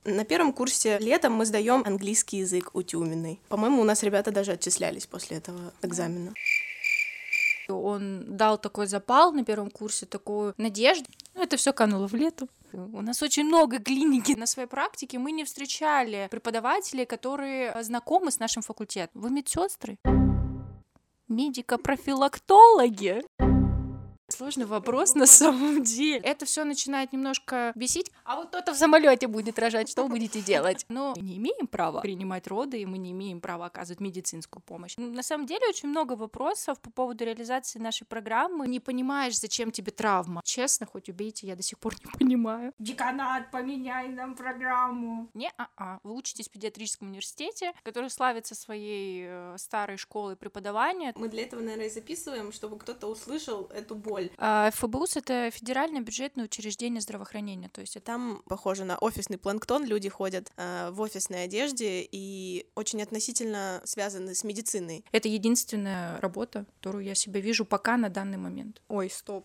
На первом курсе летом мы сдаем английский язык у Тюминой. По-моему, у нас ребята даже отчислялись после этого экзамена. Он дал такой запал на первом курсе, такую надежду. Это все кануло в лету. У нас очень много клиники. На своей практике мы не встречали преподавателей, которые знакомы с нашим факультетом. Вы медсестры? Медико-профилактологи? Сложный вопрос на самом деле. Это все начинает немножко бесить. А вот кто-то в самолете будет рожать, что вы будете делать? Но мы не имеем права принимать роды, и мы не имеем права оказывать медицинскую помощь. На самом деле очень много вопросов по поводу реализации нашей программы. Не понимаешь, зачем тебе травма. Честно, хоть убейте, я до сих пор не понимаю. Деканат, поменяй нам программу. Вы учитесь в педиатрическом университете, который славится своей старой школой преподавания. Мы для этого, наверное, и записываем, чтобы кто-то услышал эту боль. ФБУС — это федеральное бюджетное учреждение здравоохранения, то есть там похоже на офисный планктон, люди ходят в офисной одежде и очень относительно связаны с медициной. Это единственная работа, которую я себе вижу пока на данный момент. Ой, стоп.